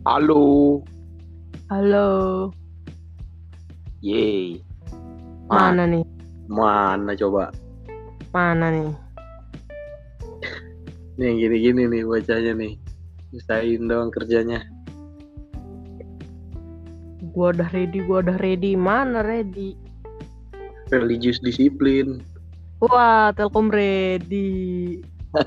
Halo, Halo, yeay, mana nih? mana coba? Mana nih? Nih gini-gini nih bacanya nih, nyusahin dong kerjanya. Gua udah ready. Mana ready? Religius disiplin, Wah, Telkom ready.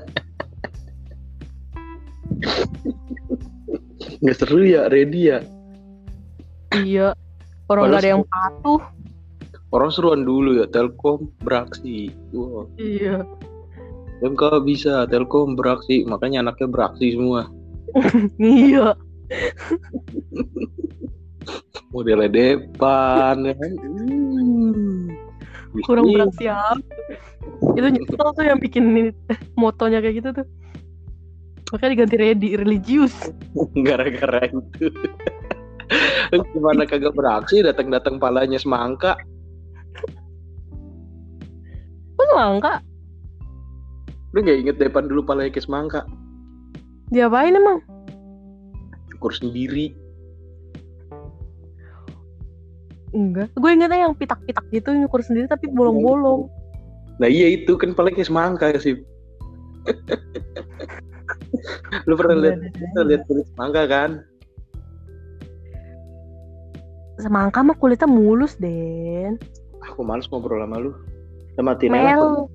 nggak seru ya, ready ya. Iya, orang Padahal gak ada yang patuh. orang seruan dulu ya, Telkom beraksi. Wow. Iya, Dan kalau bisa Telkom beraksi, makanya anaknya beraksi semua. iya. Modelnya depan, ya kan? Kurang Iya. beraksi apa? Itu nyesel tuh yang bikin ini, motonya kayak gitu tuh. Makanya diganti ready, religius. Gara-gara itu. Gimana kagak beraksi, datang-datang palanya semangka. Kok langka? Lu nggak inget depan dulu palanya kayak semangka? Diapain emang? Syukur sendiri. Enggak, gue ingetnya yang pitak-pitak gitu, nyukur sendiri tapi bolong-bolong. Nah iya itu kan paling kayak semangka sih. Lu pernah lihat kulit semangka kan? Semangka mah kulitnya mulus, Den. Aku males ngobrol sama lu. Sama Tinela tuh.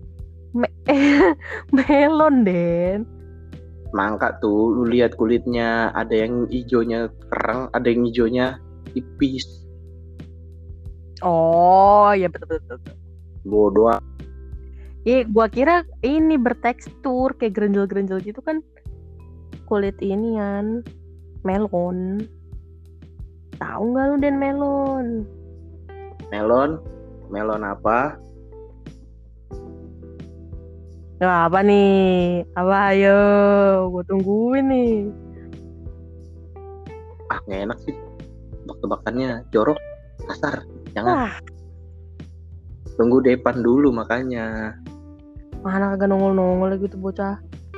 Melon, Den. Semangka tuh, lu lihat kulitnya, ada yang hijaunya terang, ada yang hijaunya tipis. Oh, ya betul. Bodoh. Gua kira ini bertekstur kayak gerenjel-gerenjel gitu kan. Kulit inian melon. Tahu nggak lu Den melon? Melon apa? Nah, apa nih? Apa ayo? Gue tungguin nih. Nggak enak sih. Tebak-tebakannya jorok, kasar. Jangan. Tunggu depan dulu makanya. Mana kagak nongol-nongol lagi tuh bocah.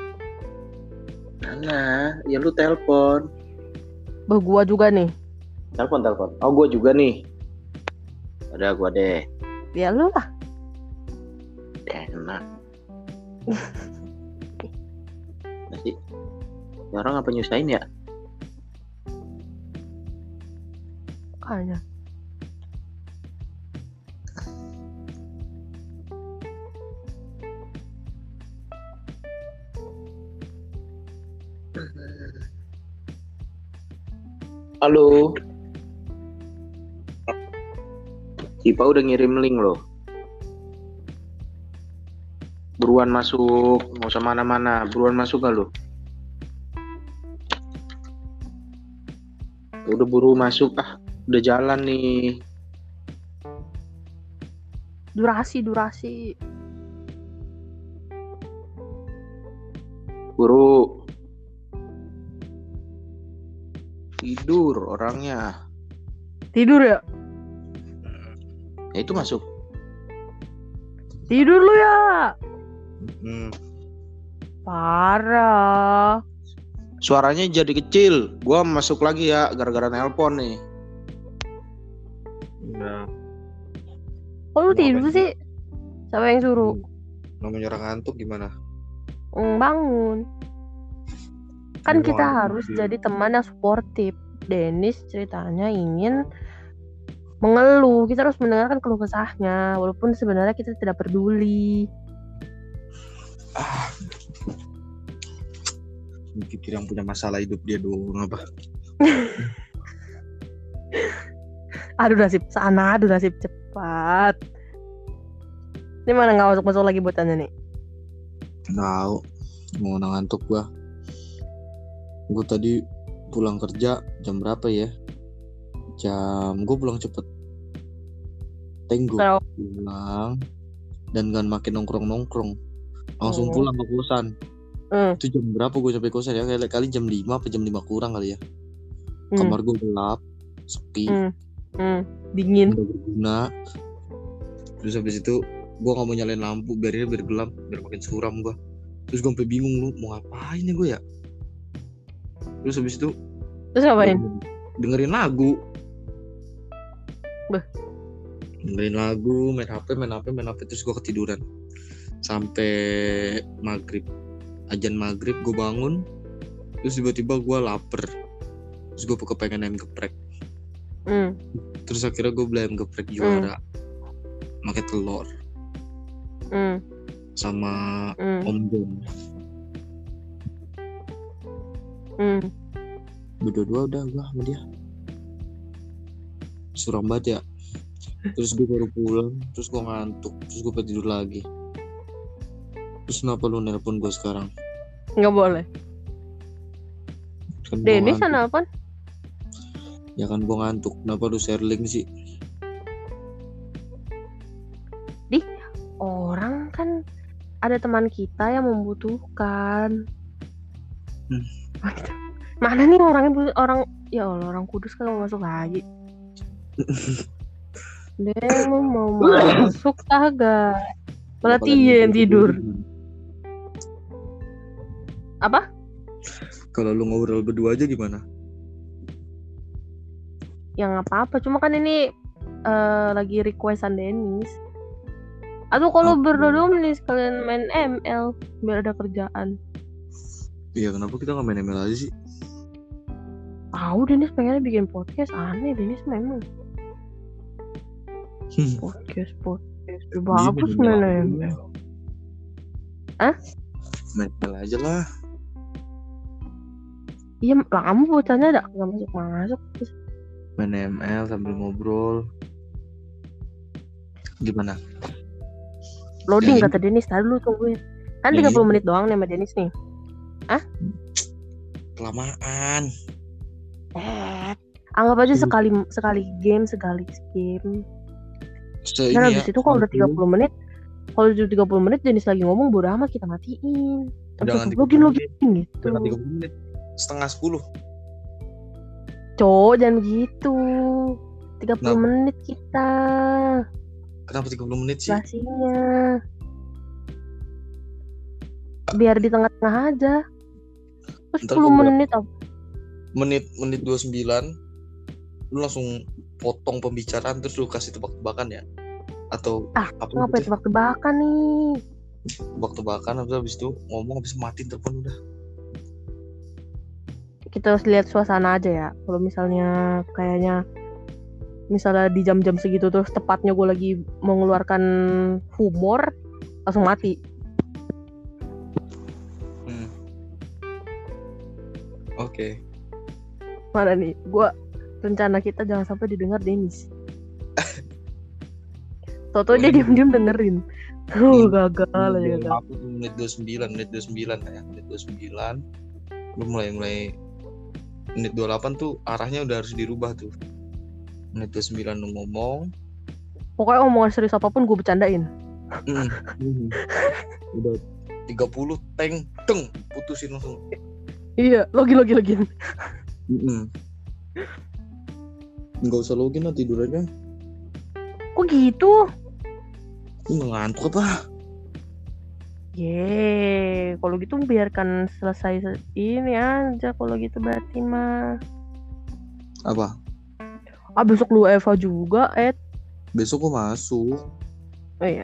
Mana? Ya lu telepon. Gua juga nih. Telepon. Oh, gua juga nih. Udah gua deh. Ya lu lah. Enak. Masih. Ya orang apa nyusahin ya? Kayaknya. Halo. Cipa udah ngirim link loh. Buruan masuk, nggak usah mana-mana. Buruan masuk gak lo? Udah buru masuk udah jalan nih. Durasi. Buru. Tidur orangnya. Tidur ya? Ya itu masuk. Tidur lu ya? Parah. Suaranya jadi kecil. Gua masuk lagi ya gara-gara nelpon nih. Nah, Kok lu tidur sih? Siapa yang suruh? namanya orang ngantuk gimana? Bangun. Kan Memang kita ada harus ide. jadi teman yang suportif. Dennis ceritanya ingin mengeluh. Kita harus mendengarkan keluh kesahnya, walaupun sebenarnya kita tidak peduli. Pikir yang punya masalah hidup dia doang apa? Aduh nasib cepat. Ini mana nggak masuk lagi buatannya nih? Tahu, mau ngantuk gua. Gua tadi pulang kerja jam berapa ya? Gua pulang cepet. Tenggo pulang dan kan makin nongkrong. Langsung pulang ke kosan. Itu jam berapa gue sampai kosan ya? Kali jam 5 apa jam 5 kurang kali ya. Kamar gue gelap, sepi, dingin. udah berguna. Terus habis itu gue gak mau nyalain lampu biar gelap, biar makin suram gue. Terus gue sampai bingung lu mau ngapain ya gue ya. Terus habis itu Terus ngapain? Dengerin lagu. Bah. Dengerin lagu, main HP, terus gue ketiduran sampai maghrib. Azan maghrib gue bangun, terus tiba-tiba gue lapar, terus gue kepengen ayam geprek. Terus akhirnya gue beli ayam geprek juara, pakai telur, sama ombong. Berdua udah gue sama dia. Suram banget ya. Terus gue baru pulang, terus gue ngantuk, terus gue tidur lagi. Terus kenapa lu nelpon gue sekarang? Nggak boleh. Kan Dennis nelpon? Ya kan gue ngantuk. Kenapa lu share link sih? Orang kan ada teman kita yang membutuhkan. Mana nih orang ya Allah, orang Kudus kan mau masuk lagi. Dia mau masuk kagak? Pelatihan tidur. Apa? Kalau lu ngobrol berdua aja gimana? Ya nggak apa-apa, cuma kan ini lagi requestan Dennis. Atau kalau berdua nih sekalian main ML biar ada kerjaan. Iya, kenapa kita nggak main ML aja sih? Tahu Dennis pengennya bikin podcast, aneh Dennis memang. Podcast bagus main ML. Main ML aja lah. Iya, kamu bocahnya nggak masuk. Main ML sambil ngobrol. Gimana? Loading kata Dennis, tadi lu tungguin. Kan 30 menit doang nih sama Dennis nih. Kelamaan. Anggap aja sekali game. Dan habis itu kalau udah 30 menit, kalau udah 30 menit Dennis lagi ngomong, bodo amat kita matiin. Jangan login gitu. Jangan 30 menit. Setengah 10. Cok, jangan gitu. 30 menit kita. Kenapa 30 menit sih? Durasinya. Biar di tengah-tengah aja. Terus 10 menit apa? Menit 29 lu langsung potong pembicaraan terus lu kasih tebak-tebakan ya? Atau apa ngapain tebak-tebakan nih? Tebak-tebakan habis itu ngomong habis matiin telepon udah. Kita harus lihat suasana aja ya. Kalau misalnya kayaknya di jam-jam segitu terus tepatnya gue lagi mau mengeluarkan humor, langsung mati. Oke. Mana nih? Rencana kita jangan sampai didengar Dennis. Toto dia diam-diam dengerin. Gagal aja. Aku tuh menit 29 ya. Menit 29. Lu mulai menit 28 tuh arahnya udah harus dirubah tuh. Menit 29 lu ngomong. Pokoknya omongan serius apapun gue bercandain. Udah 30 teng putusin langsung. Iya, login. Nggak usah login lah, tidur aja. Kok gitu? Lu ngantuk apa? Kalau gitu biarkan selesai ini aja. Kalau gitu berarti mah. Apa? Besok lu Eva juga, Ed. Besok gua masuk. Oh iya.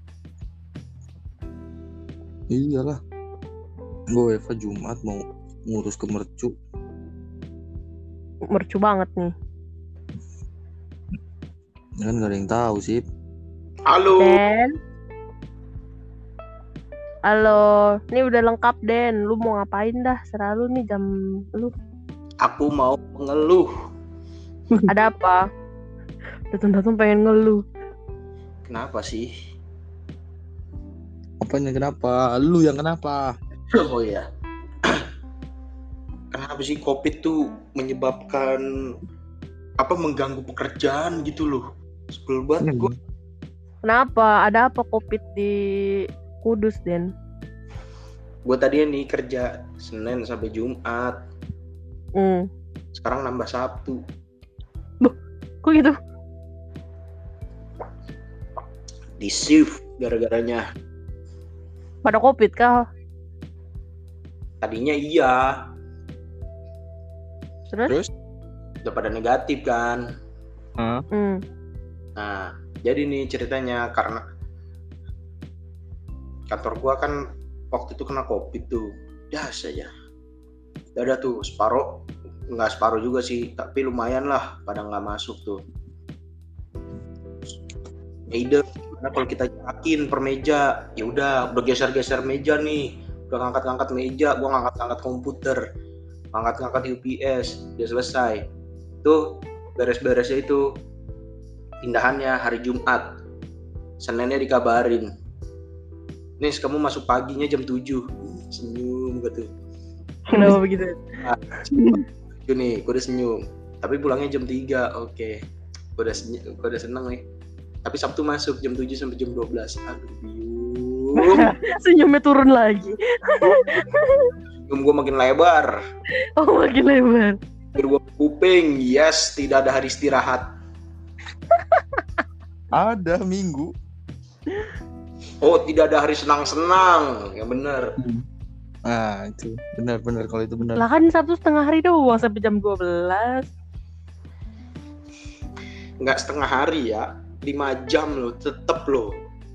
Iyalah. Gua Eva Jumat mau ngurus ke mercu. Mercu banget nih. Kan gak ada yang tahu sih. Halo. Den. Halo, ini udah lengkap Den. Lu mau ngapain dah? Serah lu nih jam lu. Aku mau mengeluh. Ada apa? Datang-datang pengen ngeluh. Kenapa sih? Apanya kenapa? Lu yang kenapa? Oh iya. Kenapa sih COVID tuh menyebabkan mengganggu pekerjaan gitu loh. Sebel banget gue. Kenapa? Ada apa COVID di Kudus, Den? Gue tadi nih kerja Senin sampai Jumat. Sekarang nambah Sabtu. Kok gitu? Di shift gara-garanya. Pada COVID kah? Tadinya iya. Terus? Udah pada negatif kan. Nah, jadi nih ceritanya karena kantor gua kan waktu itu kena COVID tuh. Ya saja. Ada tuh nggak separuh juga sih, tapi lumayan lah pada nggak masuk tuh. Ide gimana kalau kita jarakin per meja? Ya udah geser-geser meja nih. Udah ngangkat-ngangkat meja, gua ngangkat-ngangkat komputer, ngangkat-ngangkat UPS, udah selesai. Itu beres-beresnya itu pindahannya hari Jumat. Seninnya dikabarin, Nis kamu masuk paginya jam 7. Senyum gitu. Kenapa begitu? Nih, gue udah senyum. Tapi pulangnya jam 3. Oke. Gue udah seneng nih. Tapi Sabtu masuk jam 7 sampai jam 12. Aduh, biung. Senyumnya turun lagi. Senyum gue makin lebar. Oh, makin lebar. Gue kuping. Yes, tidak ada hari istirahat. Ada Minggu. Oh, tidak ada hari senang-senang. Ya benar. Nah, itu benar kalau itu benar. Lah kan Sabtu setengah hari doang sampai jam 12. Enggak setengah hari ya. 5 jam loh, tetep loh.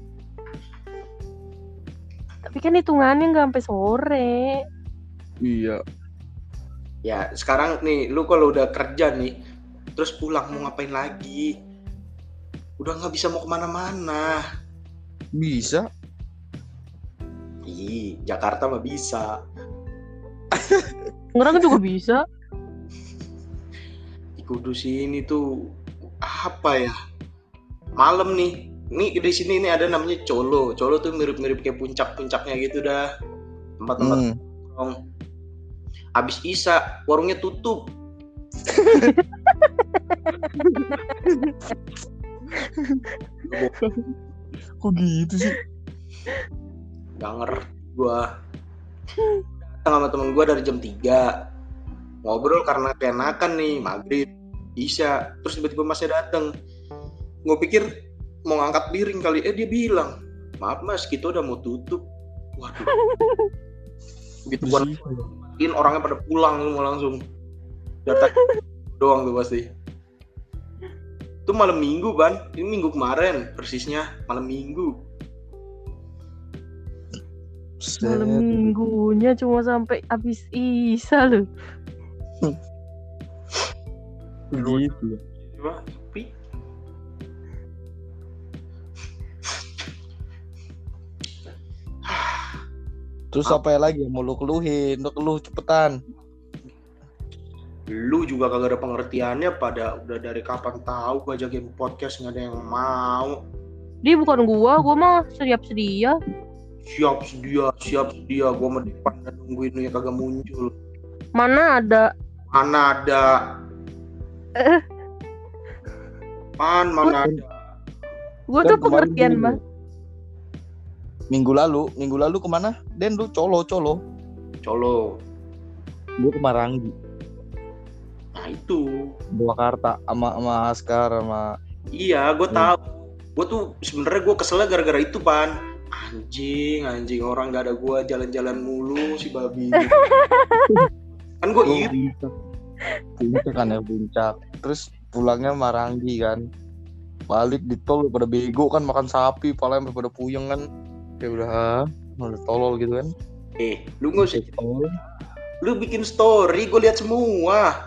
Tapi kan hitungannya nggak sampai sore. Iya. Ya, sekarang nih, lu kalau udah kerja nih, terus pulang mau ngapain lagi? Udah nggak bisa mau kemana-mana. Bisa. Ih, Jakarta mah bisa. Orang juga bisa. Di Kudus ini tuh apa ya? Malam nih. Nih di sini nih ada namanya Colo. Colo tuh mirip-mirip kayak puncak-puncaknya gitu dah. Tempat-tempat nongkrong. Abis Isya, warungnya tutup. Kok gitu sih? Gak ngerti gua. Datang sama temen gua dari jam 3. Ngobrol karena keenakan nih, maghrib, Isya. Terus tiba-tiba masih datang. Gua pikir mau ngangkat piring kali. Dia bilang, maaf mas, kita udah mau tutup. Waduh. Begitu gua matiin, orangnya pada pulang semua langsung. Datang doang tuh pasti. Itu malam Minggu, Ban. Ini minggu kemarin persisnya, malam Minggu. Malam minggunya cuma sampai habis Isya loh. Gitu. Tapi Terus apa lagi yang mau lu keluhin? Lu keluh cepetan. lu juga kagak ada pengertiannya, pada udah dari kapan tahu gua ajakin podcast nggak ada yang mau. Dia bukan gua mah siap sedia. Siap sedia gua mah depan dan nungguin lu ya kagak muncul. Mana ada? Mana ada? Mana ada? Gua tuh pengertian banget. Minggu lalu kemana? Den lu Colo. Colo. Gue ke Maranggi. Nah itu. Purwakarta sama Askar sama. Iya, gue tahu. Gue tuh sebenarnya gue keselnya gara-gara itu, Pan. Anjing orang nggak ada gue jalan-jalan mulu si babi. Kan gue iri. Puncak kan ya, puncak. Terus pulangnya Maranggi kan. Balik di tol pada bego kan, makan sapi, palanya pada puyeng kan. Ya udah tolol gitu kan. Lu nggak usah. Lu bikin story, gue lihat semua.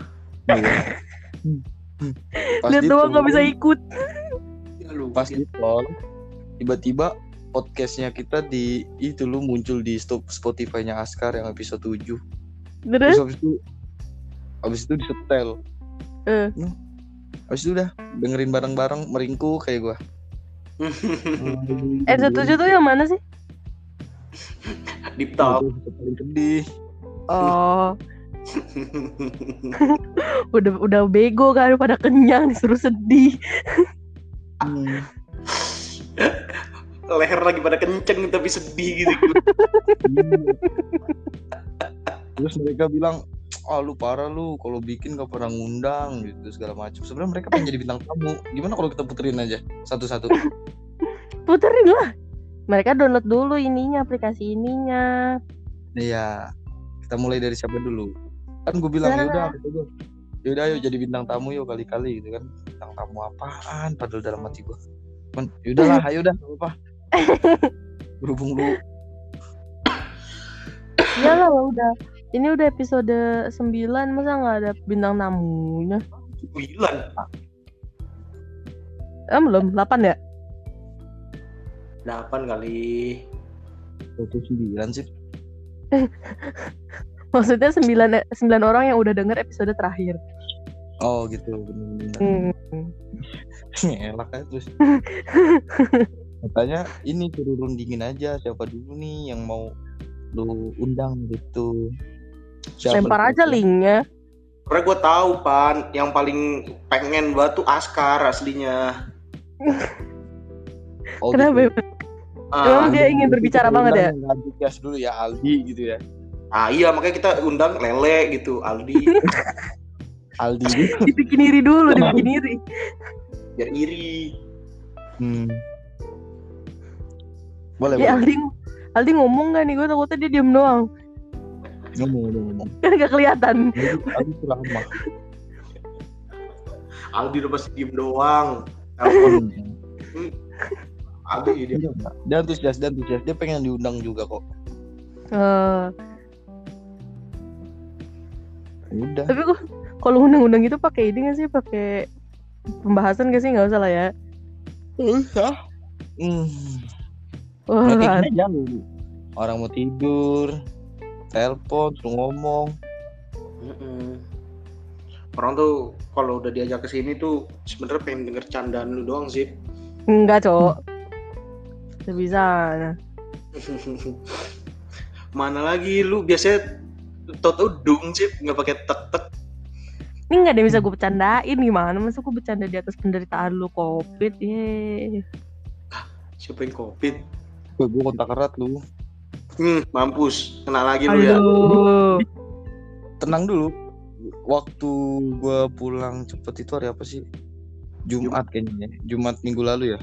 Lihat doang nggak bisa ikut. Ya, lu pas di tol, tiba-tiba podcastnya kita di itu lu muncul di Spotify-nya Askar yang episode 7. Terus abis itu disetel. Abis itu udah dengerin bareng-bareng, meringkuk kayak gua. episode 7 tuh yang mana sih? Deep Talk. Paling sedih. Oh. udah bego kan, pada kenyang disuruh sedih. Leher lagi pada kenceng tapi sedih gitu. Terus mereka bilang, lu parah lu, kalau bikin gak pernah ngundang gitu segala macam. Sebenarnya mereka pengen jadi bintang tamu. Gimana kalau kita puterin aja satu-satu? Puterin lah. Mereka download dulu aplikasi ininya. Iya. Kita mulai dari siapa dulu? Kan gue bilang ya udah yaudah ayo jadi bintang tamu yuk kali-kali gitu kan. Bintang tamu apaan padahal dalam hati gue. Cuman yaudahlah ayo dah gak apa-apa. Berhubung lu Iyalah udah. Ini udah episode 9, masa nggak ada bintang tamunya? 9. Belum, 8 ya? 8 kali. 9 sih. Maksudnya 9 orang yang udah denger episode terakhir. Oh gitu, bener-bener. Ngelak aja terus. Katanya ini suruh rundingin aja siapa dulu nih yang mau lu undang gitu. Lempar aja linknya. Karena gue tahu Pan, yang paling pengen banget tuh Askar aslinya. Oh, Kenapa? gitu. Emang dia ingin berbicara banget ya? Gas dulu ya Aldi gitu ya. Iya makanya kita undang Lele gitu, Aldi. Aldi gitu. Dibikin iri dulu, dibikin iri. Biar iri. Boleh. Ya Aldi ngomong gak nih? Gue takutnya dia diem doang. Ngomong. Kan gak kelihatan. Aldi ceramah. Aldi udah pasti diem doang. Aldi dia antusias. Dia pengen diundang juga kok. Udah. Tapi kok kalau undang-undang itu pakai ini nggak sih? Pakai pembahasan nggak sih? Nggak usah lah ya. Usah. Wah. Aja lu. Orang mau tidur, telepon, suruh ngomong. Orang tuh kalau udah diajak ke sini tuh sebenarnya pengen denger candaan lu doang sih. Enggak, Cok. Bisa. Mana lagi lu biasanya toto dung sih nggak pakai tek. Ini nggak ada yang bisa gue bercandain gimana? Masa gue bercanda di atas penderitaan lu COVID? Siapa yang COVID? Gue kontak erat lu. Mampus, kena lagi lu ya. Tenang dulu. Waktu gue pulang cepet itu hari apa sih? Jumat kayaknya. Jumat minggu lalu ya.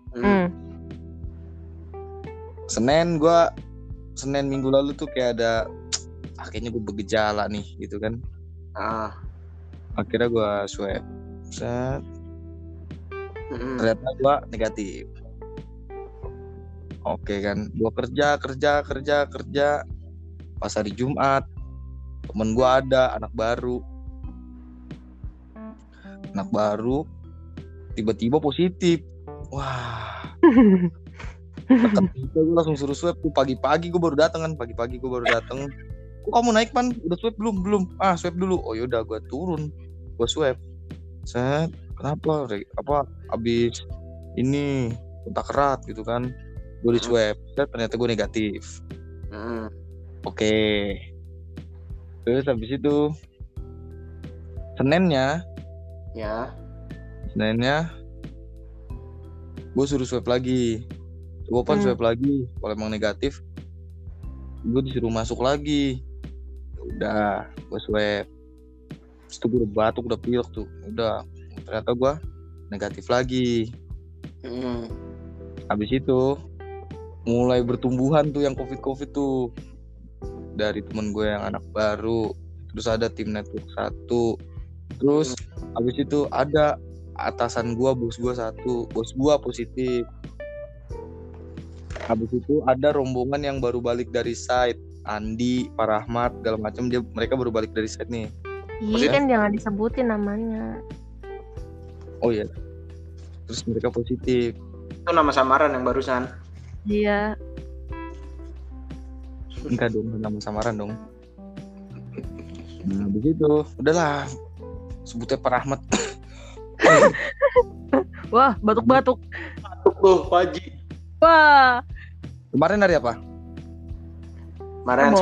Senin minggu lalu tuh kayak ada kayaknya gue bergejala nih gitu kan. Akhirnya gue swab. Ternyata gue negatif. Oke kan, gue kerja. Pas hari Jumat, temen gue ada anak baru, tiba-tiba positif. Wah. Ketika gue langsung suruh swab tuh pagi-pagi gue baru datang. Kok kamu naik Pan? Udah swab belum? Swab dulu. Oh yaudah gue turun, gue swab. Kenapa? Abis ini kontak erat gitu kan. Gue di swab, ternyata gue negatif. Oke. Terus habis itu Seninnya gue suruh swab lagi. Gue swab lagi. Kalau emang negatif, gue disuruh masuk lagi. Udah, gue swab. Terus tuh gue udah batuk, udah pilek tuh. Udah, ternyata gue negatif lagi. Habis itu mulai bertumbuhan tuh yang COVID tuh. Dari temen gue yang anak baru. Terus ada tim network 1. Terus habis itu ada atasan gue, bos gue 1. Bos gue positif. Habis itu ada rombongan yang baru balik dari site. Andi, Pak Rahmat, segala macam mereka baru balik dari site nih. Iya kan jangan disebutin namanya. Oh iya. Terus mereka positif. Itu nama samaran yang barusan. Iya. Enggak dong, nama samaran dong. Nah, habis itu udahlah. Sebutnya Pak Rahmat. Wah, batuk-batuk. Tuh, Pak Haji. Wah. Kemarin hari apa? Kemarin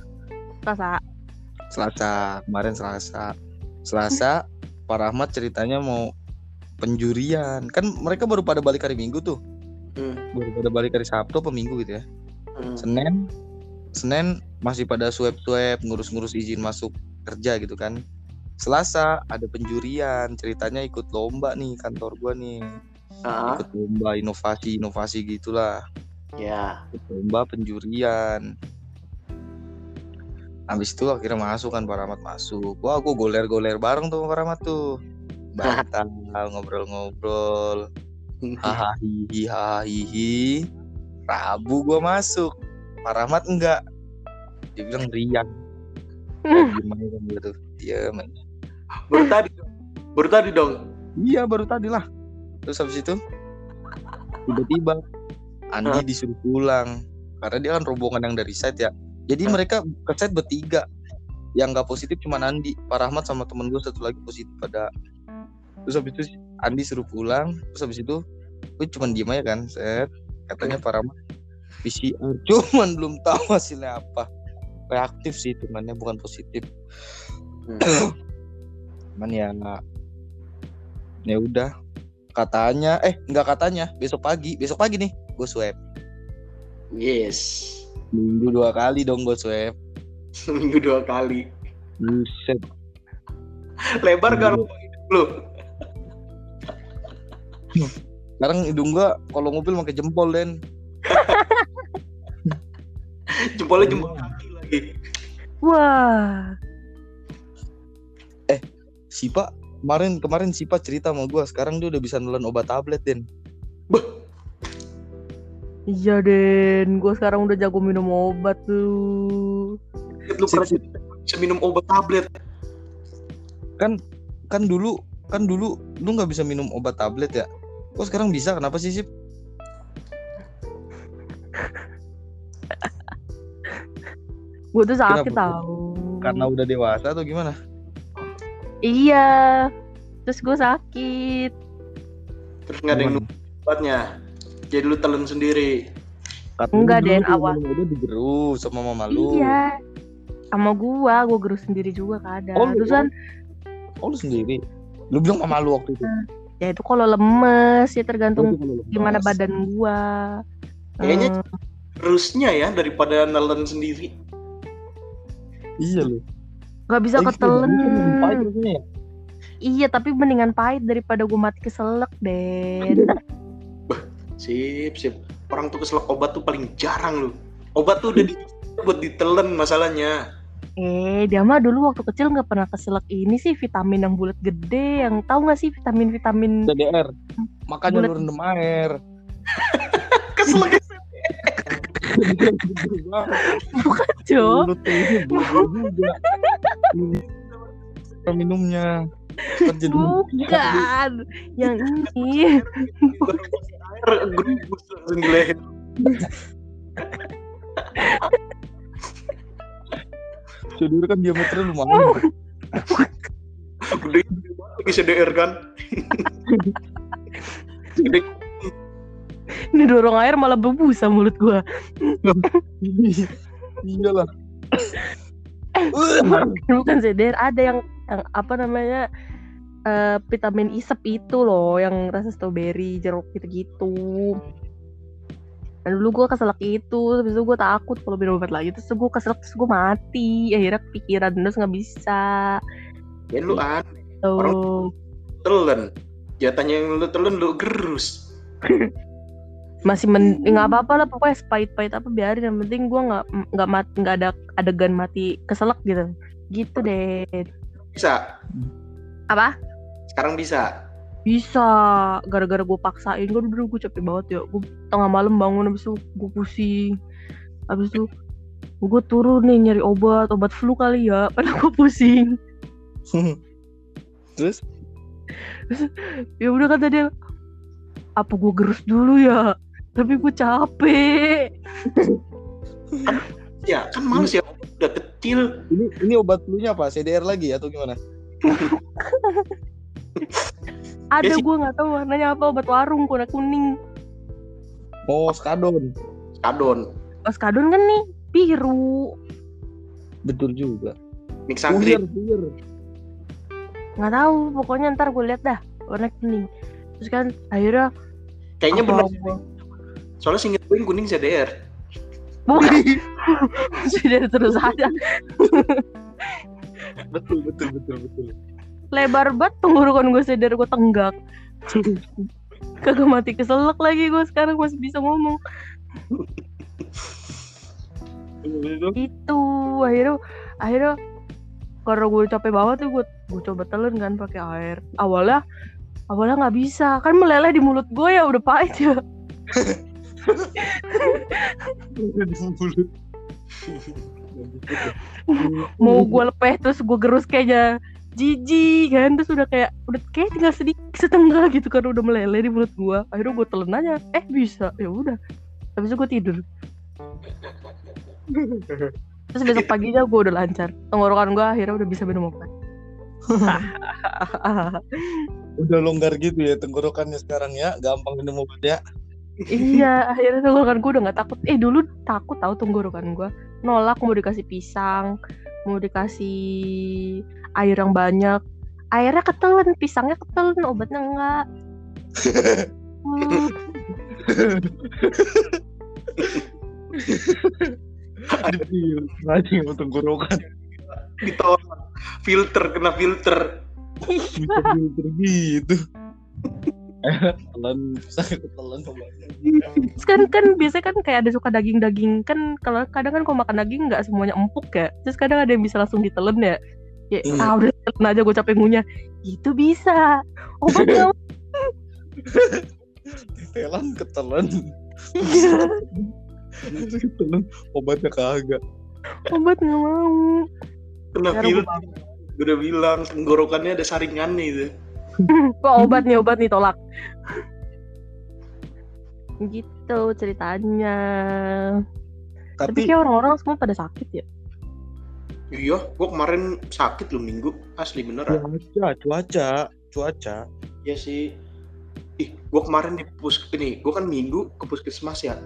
Selasa. Kemarin Selasa, Pak Rahmat ceritanya mau penjurian. Kan mereka baru pada balik hari Minggu tuh. Baru pada balik hari Sabtu apa Minggu gitu ya. Senin masih pada swab ngurus-ngurus izin masuk kerja gitu kan. Selasa ada penjurian, ceritanya ikut lomba nih kantor gua nih. Ikut lomba inovasi gitulah. Ya. Ikut lomba penjurian. Habis itu akhirnya masuk kan, Pak Rahmat masuk. Wah, gue goler-goler bareng tuh sama Pak Rahmat tuh. Bantal, ngobrol-ngobrol. Hahaha. Rabu gue masuk. Pak Rahmat enggak. Dia bilang riang. Gimana kan dia tuh? Dia main. Baru tadi dong. Iya, baru tadi lah. Terus habis itu tiba-tiba Andi disuruh pulang karena dia kan rombongan yang dari site ya. Jadi mereka ke site bertiga. Yang nggak positif cuma Andi, Pak Rahmat sama temen gue satu lagi positif pada. Terus habis itu Andi suruh pulang. Terus habis itu gue cuma diem aja kan. Set katanya Pak Rahmat PCR, cuman belum tahu hasilnya apa. Reaktif sih temannya, bukan positif. Cuman ya udah. Katanya nggak katanya besok pagi nih gue swab. Yes. Minggu 2 kali dong gue swab. Seminggu 2 kali. Buset. Lebar kan lu? Sekarang hidung gue kalau mobil pakai jempol Den. Jempolnya jempol kaki lagi. Wah. Sipa kemarin Sipa cerita sama gue, sekarang dia udah bisa nelan obat tablet Den. Iya Den, gue sekarang udah jago minum obat tuh. Lu pernah bisa minum obat tablet? Kan dulu lu nggak bisa minum obat tablet ya. Kok sekarang bisa? Kenapa sih Sip? Gue tuh sakit tahu. Karena udah dewasa atau gimana? Iya. Terus gue sakit. Terus nggak ada yang minum obatnya. Jadi lu telan sendiri. Enggak Den, awal. Udah digerus sama mama lu. Iya. Sama gue gerus sendiri juga kadang. Terus kan lu sendiri. Lu bilang sama lu waktu itu. Ya itu kalau lemes ya tergantung gimana badan gue. Kayaknya gerusnya ya daripada nelen sendiri. Iya lu. Gak bisa ketelen. Ya? Iya, tapi mendingan pahit daripada gue mati keselak, Den. Sip. Orang tuh keselak obat tuh paling jarang lu. Obat tuh udah buat ditelen masalahnya. Dia mah dulu waktu kecil nggak pernah keselak ini sih, vitamin yang bulat gede. Yang tahu nggak sih vitamin CDR. Makanya lu rendam air. Keselak. Bukan Jo. Minumnya. Bukan. Yang ini. Air gerus langsung di leher. CDR kan diameternya lumayan. Gede lagi CDR kan. Gede. Ini dorong air malah berbusa mulut gua. Iyalah. Bukan CDR, ada yang apa namanya vitamin isep itu loh, yang rasa strawberry, jeruk gitu-gitu. Dan dulu gue keselak itu, habis itu gue takut kalau minum obat lagi, terus gue keselak, terus gue mati. Akhirnya kepikiran, terus nggak bisa. Ya lu aneh. Orang telen, jatahnya yang lu telen lu gerus. Masih nggak apa-apa lah, pokoknya pahit-pahit apa biarin, yang penting gue nggak ada adegan mati keselak gitu deh. Bisa. Apa? Sekarang bisa. Bisa, gara-gara gue paksain. Gue capek banget ya. Gue tengah malam bangun, habis itu gue pusing. Habis itu gue turun nih nyari obat flu kali ya, padahal gue pusing. Terus? Ya udah kata dia, apa gue gerus dulu ya? Tapi gue capek. Ya kan males ya, udah kecil. Ini obat flu-nya apa? CDR lagi atau gimana? Ada gue nggak tahu warnanya apa, obat warung warna kuning. Oh, skadon. Oh, skadon kan nih biru. Betul juga. Mixagrid. Nggak tahu, pokoknya ntar gue lihat dah warna kuning. Terus kan akhirnya kayaknya benar. Soalnya singkat gue kuning CDR. Bukan. CDR terus aja. Betul. Lebar banget tenggorokan gue, CDR gue tenggak. Kagak mati keselak lagi gue sekarang, masih bisa ngomong. Itu Akhirnya karena gue capek banget tuh gue coba telan kan pakai air. Awalnya nggak bisa, kan meleleh di mulut gue ya udah pahit ya. Di mulut. Mau gue lepeh terus gue gerus kayaknya jijik kan, terus udah kayak tinggal sedikit setengah gitu kan udah meleleh di mulut gue. Akhirnya gue telan aja, bisa, ya udah. Habis itu gue tidur. Terus besok paginya gue udah lancar, tenggorokan gue akhirnya udah bisa minum obat. Udah longgar gitu ya tenggorokannya sekarang ya, gampang minum obat ya. Iya, akhirnya tenggorokan gue udah gak takut. Dulu takut tahu tenggorokan gue. Nolak mau dikasih pisang, mau dikasih air yang banyak. Airnya ketelan, pisangnya ketelan, obatnya enggak. Lagi mau tenggorokan. Ditolak. Kena filter. Bisa filter gitu. Telan, pisangnya ketelan obatnya. Terus kan biasanya kan kayak ada suka daging-daging kan, kalau kadang kan kalau makan daging nggak semuanya empuk ya. Terus kadang ada yang bisa langsung ditelen ya. Udah telan aja gue capek ngunyah. Itu bisa. Obatnya telan ketelan. Ketelan obatnya kagak. Obat nggak mau. Kena filter. Gue udah bilang tenggorokannya ada saringannya itu. Kok obat nih tolak. Gitu ceritanya. Tapi kayak orang-orang semua pada sakit ya. Iya, gue kemarin sakit loh minggu, asli beneran. Cuaca. Ya sih. Gue kemarin gue kan minggu ke puskesmas ya.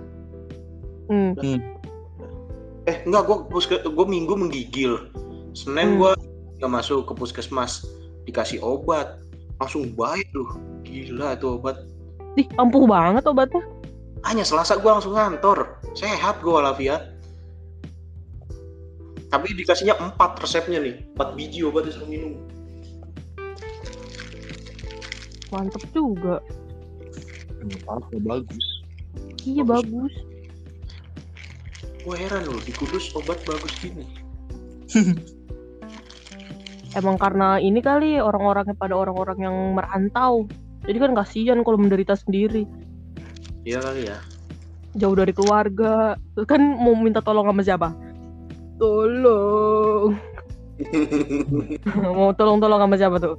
Enggak, gue minggu menggigil. Senin gue nggak masuk ke puskesmas, dikasih obat, langsung baik loh. Gila itu obat. Ampuh banget obatnya. Hanya Selasa gue langsung ngantor, sehat gue walafiat. Tapi dikasihnya 4 resepnya nih, 4 biji obat disuruh minum. Mantep juga. Apa bagus. Iya bagus. Gue heran loh, di Kudus obat bagus gini. Emang karena ini kali orang-orangnya pada orang-orang yang merantau. Jadi kan kasihan kalau menderita sendiri. Iya kali ya. Jauh dari keluarga. Terus kan mau minta tolong sama siapa? Tolong. Mau tolong sama siapa tuh?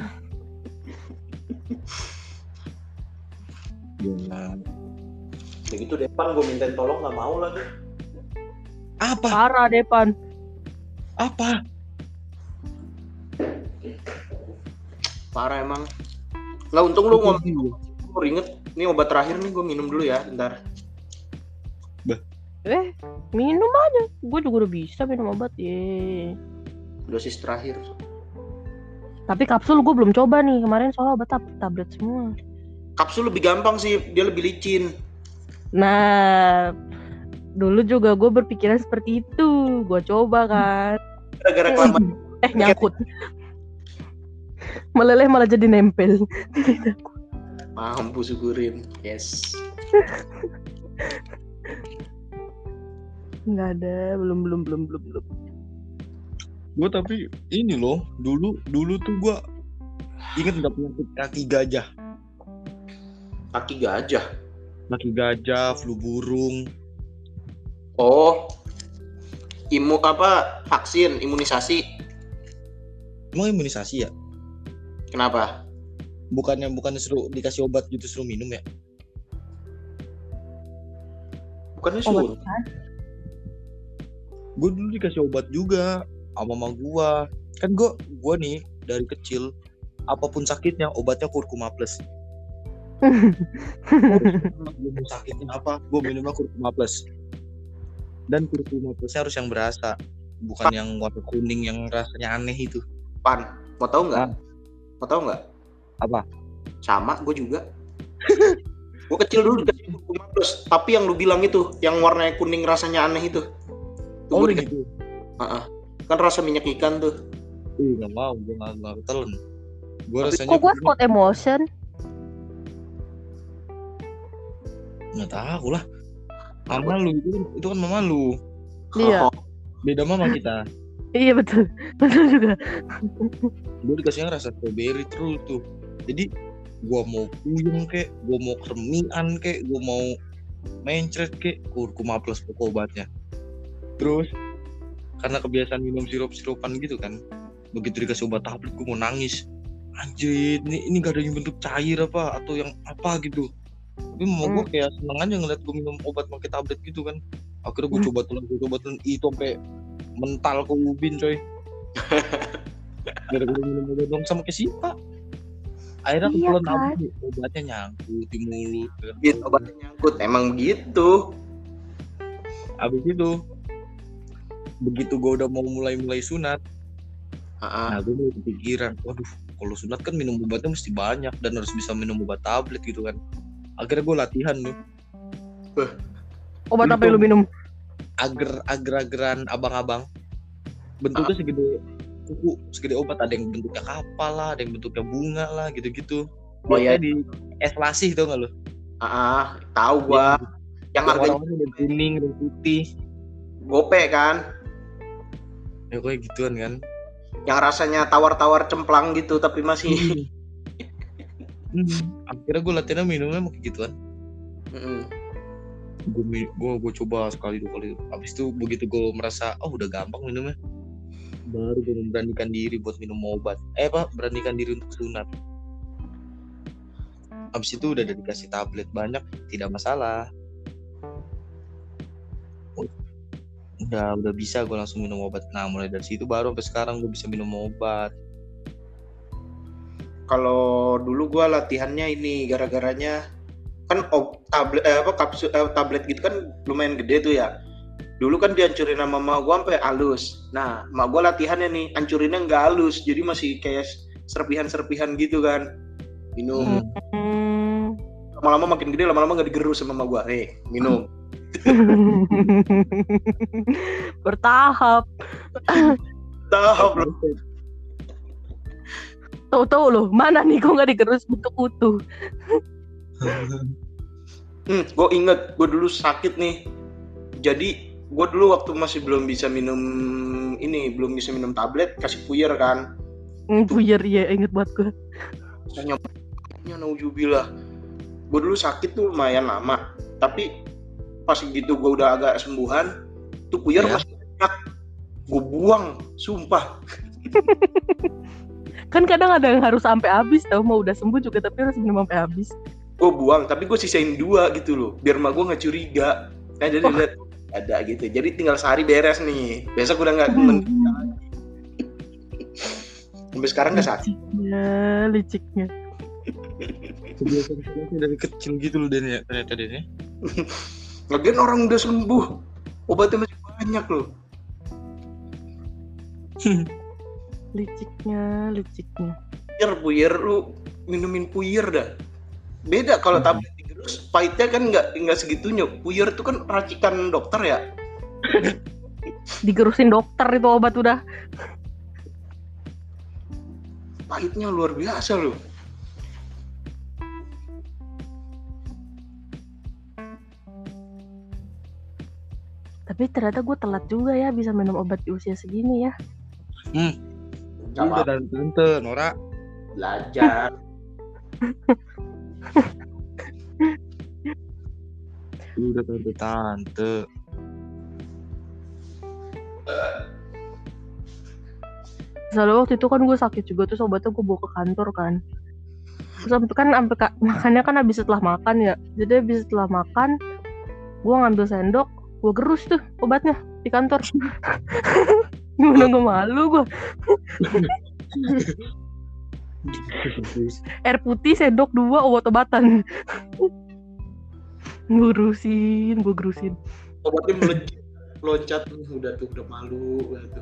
Ya. Begitu Depan gue mintain tolong nggak mau lagi. Apa? Parah Depan. Apa? Parah emang. Nggak, untung lu ngomong. Gue inget, ini obat terakhir nih, gue minum dulu ya, bentar. Minum aja. Gue juga udah bisa minum obat ya. Dosis terakhir. Tapi kapsul gue belum coba nih. Kemarin soal obat tablet semua. Kapsul lebih gampang sih, dia lebih licin. Nah, dulu juga gue berpikiran seperti itu. Gue coba kan. Gara-gara kelamaan. Nyangkut. Meleleh malah jadi nempel. Mampu syukurin. Yes. Nggak ada, belum. Gue tapi ini loh, dulu tuh gue inget nggak penyakit kaki gajah. Kaki gajah, flu burung. Oh, vaksin, imunisasi. Emang imunisasi ya? Kenapa? Bukannya suruh dikasih obat gitu, suruh minum ya? Bukannya suruh. Gue dulu dikasih obat juga sama mama gue. Kan gue nih dari kecil apapun sakitnya obatnya kurkuma plus. Gue sakitnya apa, gue minumnya kurkuma plus. Dan kurkuma plusnya harus yang berasa, bukan yang warna kuning yang rasanya aneh itu. Pan, mau tahu nggak? Apa? Sama, gue juga. Gue kecil dulu dikasih kurkuma plus, tapi yang lu bilang itu, yang warnanya kuning rasanya aneh itu. Oh gitu. Kan rasa minyak ikan tuh. Nggak mau, gue nggak ketelen. Gue rasanya. Kok gue Scott Emotion? Nggak tahu lah. Mama lu itu kan mama lu. Iya. Beda mama kita. Iya betul. Betul juga. Gue dikasihnya rasa strawberry terus tuh. Jadi gue mau puyeng kek, gue mau kermian kek, gue mau mencret kek, kurkuma plus pokok obatnya. Terus karena kebiasaan minum sirup-sirupan gitu kan, begitu dikasih obat tablet gue mau nangis. Anjir, ini gak ada yang bentuk cair apa atau yang apa gitu. Tapi mama gue kayak seneng aja ngeliat gue minum obat pakai tablet gitu kan. Akhirnya gue coba telan itu sampai mental ke ubin coy. Gara-gara minum obat dong sama kayak Sipa. Akhirnya Iya, kebetulan kan? obatnya nyangkut di mulut. Gitu, obatnya nyangkut. Emang begitu. Abis itu begitu gue udah mau mulai sunat, nah gue mulai kepikiran, waduh, kalau sunat kan minum obatnya mesti banyak dan harus bisa minum obat tablet gitu kan. Akhirnya gue latihan tuh. Obat apa yang lu minum? Agar-agaran abang-abang. Bentuknya segede kuku, segede obat. Ada yang bentuknya kapal lah, ada yang bentuknya bunga lah, gitu-gitu. Oh iya, di es lasih tau gak lu? Tahu gua. Yang harganya warna ada kuning dan putih. Gope kan? Ya kayak gituan kan. Yang rasanya tawar-tawar cemplang gitu tapi masih. Akhirnya gue latihannya minumnya kayak gituan. Gue coba sekali 2 kali. Abis itu begitu gue merasa udah gampang minumnya, baru gue memberanikan diri buat minum obat. Beranikan diri untuk sunat. Abis itu udah dikasih tablet banyak, tidak masalah. Udah bisa gue langsung minum obat. Nah mulai dari situ baru sampai sekarang gue bisa minum obat. Kalau dulu gue latihannya ini gara-garanya kan tablet gitu kan lumayan gede tuh ya. Dulu kan dihancurin sama mama gue sampai halus. Nah mama gue latihannya nih hancurinnya nggak halus, jadi masih kayak serpihan gitu kan. Minum. Lama-lama makin gede, lama-lama nggak digerus sama mama gue. Minum. Bertahap loh. Tahu loh, mana nih kok nggak digerus bentuk utuh. Gue inget, gue dulu sakit nih. Jadi gue dulu waktu masih belum bisa minum tablet, kasih puyer kan. Puyer, ya inget banget gue. Rasanya naujubillah. Gue dulu sakit tuh lumayan lama, tapi pas gitu gue udah agak sembuhan, tuh puyer masih banyak. Gue buang, sumpah. Kan kadang ada yang harus sampai habis, tau, mau udah sembuh juga tapi harus minum sampai habis. Gue buang, tapi gue sisain 2 gitu loh, biar mak gue nggak curiga. Nah jadi lihat ada gitu, jadi tinggal sehari beres nih. Besok udah nggak lagi. Sampai sekarang nggak sakit. Liciknya. Kebiasaan dari kecil gitu loh Den ya, ternyata Den ya. Lagian orang udah sembuh, obatnya masih banyak loh. Liciknya. Puyer lu minumin puyer dah. Beda kalau tablet digerus, pahitnya kan nggak segitunya. Puyer itu kan racikan dokter ya. Digerusin dokter itu obat udah. Pahitnya luar biasa loh. Tapi ternyata gue telat juga ya bisa minum obat di usia segini ya. Udah tante Nora belajar. Udah tante. Soalnya waktu itu kan gue sakit juga, terus obatnya gue bawa ke kantor kan. Terus makannya kan habis setelah makan ya. Jadi habis setelah makan gue ngambil sendok, gue gerus tuh obatnya di kantor. Gimana gak malu gue. Air putih sendok 2 obat-obatan. Gue gerusin. Obatnya melejit, loncat, udah malu tuh.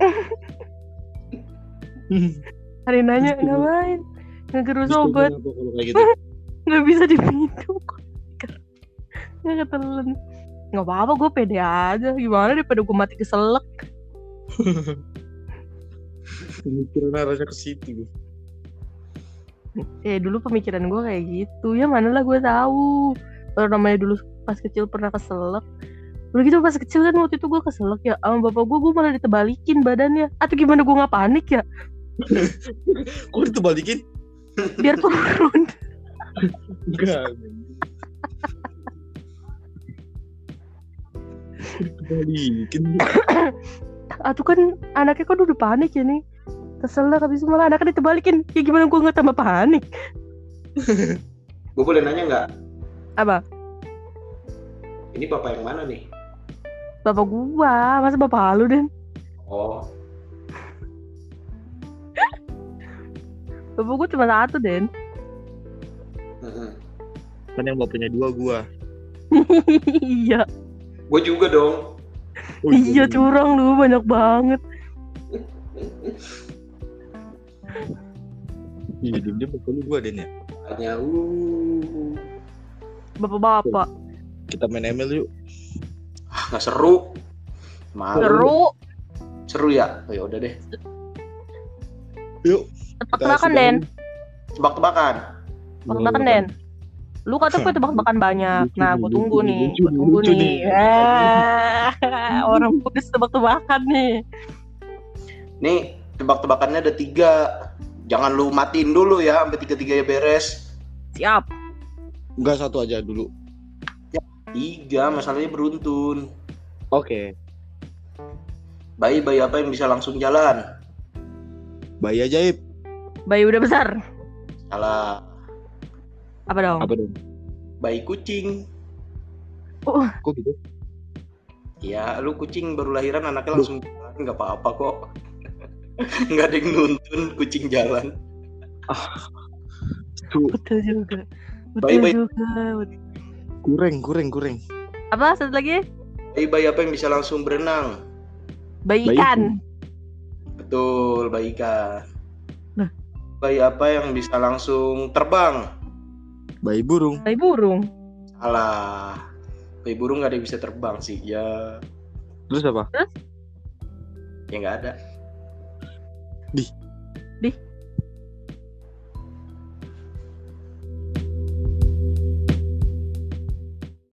Hari nanya ngapain? Ngegerus obat. Gitu? Nggak bisa diminum. Nggak ketelan. Nggak apa-apa, gue pede aja. Gimana daripada gue mati keselak. Pemikiran arahnya ke situ. Dulu pemikiran gue kayak gitu. Ya mana lah gue tahu. Kalau namanya dulu pas kecil pernah keselak. Udah gitu pas kecil kan waktu itu gue keselak ya sama bapak gue malah ditebalikin badannya. Atau gimana gue gak panik ya? Kok ditebalikin? Biar turun. Enggak. Ditebalikin. Atau kan anaknya kan udah panik ya nih. Keselak habis itu malah anaknya ditebalikin. Ya gimana gue gak tambah panik? Gue boleh nanya nggak? Apa? Ini bapak yang mana nih? Bapak gua, masa bapak lu Den? Oh, Bapak gua cuma satu Den. Kan yang bapaknya 2 gua. Iya. gue juga dong. Oh, Iya curang lu banyak banget. Iya, dia bapak lu gua Den ya. Hanya Bapak-bapak. Kita main ML yuk. nggak seru. Malu. Seru. Seru ya? Oh ya udah deh. Yuk. Tebak-tebakan Den. Tebak-tebakan. Tebak-tebakan Den. Lu kata gue tebak-tebakan banyak. Nah, gue tunggu nih. Gue tunggu Lucu nih. Orang putus tebak-tebakan nih. Nih tebak-tebakannya ada 3. Jangan lu matiin dulu ya sampai 3-3 ya beres. Siap. Enggak, 1 aja dulu. 3 masalahnya beruntun. Oke. Bayi apa yang bisa langsung jalan? Bayi ajaib. Bayi udah besar. Salah. Apa dong? Apa dong? Bayi kucing. Kok gitu? Ya lu kucing baru lahiran anaknya langsung jalan, nggak apa-apa kok. Nggak ada yang nuntun kucing jalan. Betul juga. Bayi. Juga. Kurang. Apa? Satu lagi? Bayi apa yang bisa langsung berenang? Bayi Bayi ikan. Betul, bayi ikan. Nah. Bayi apa yang bisa langsung terbang? Bayi burung. Bayi burung. Salah. Bayi burung nggak ada yang bisa terbang sih. Ya Terus apa? ya nggak ada. Di.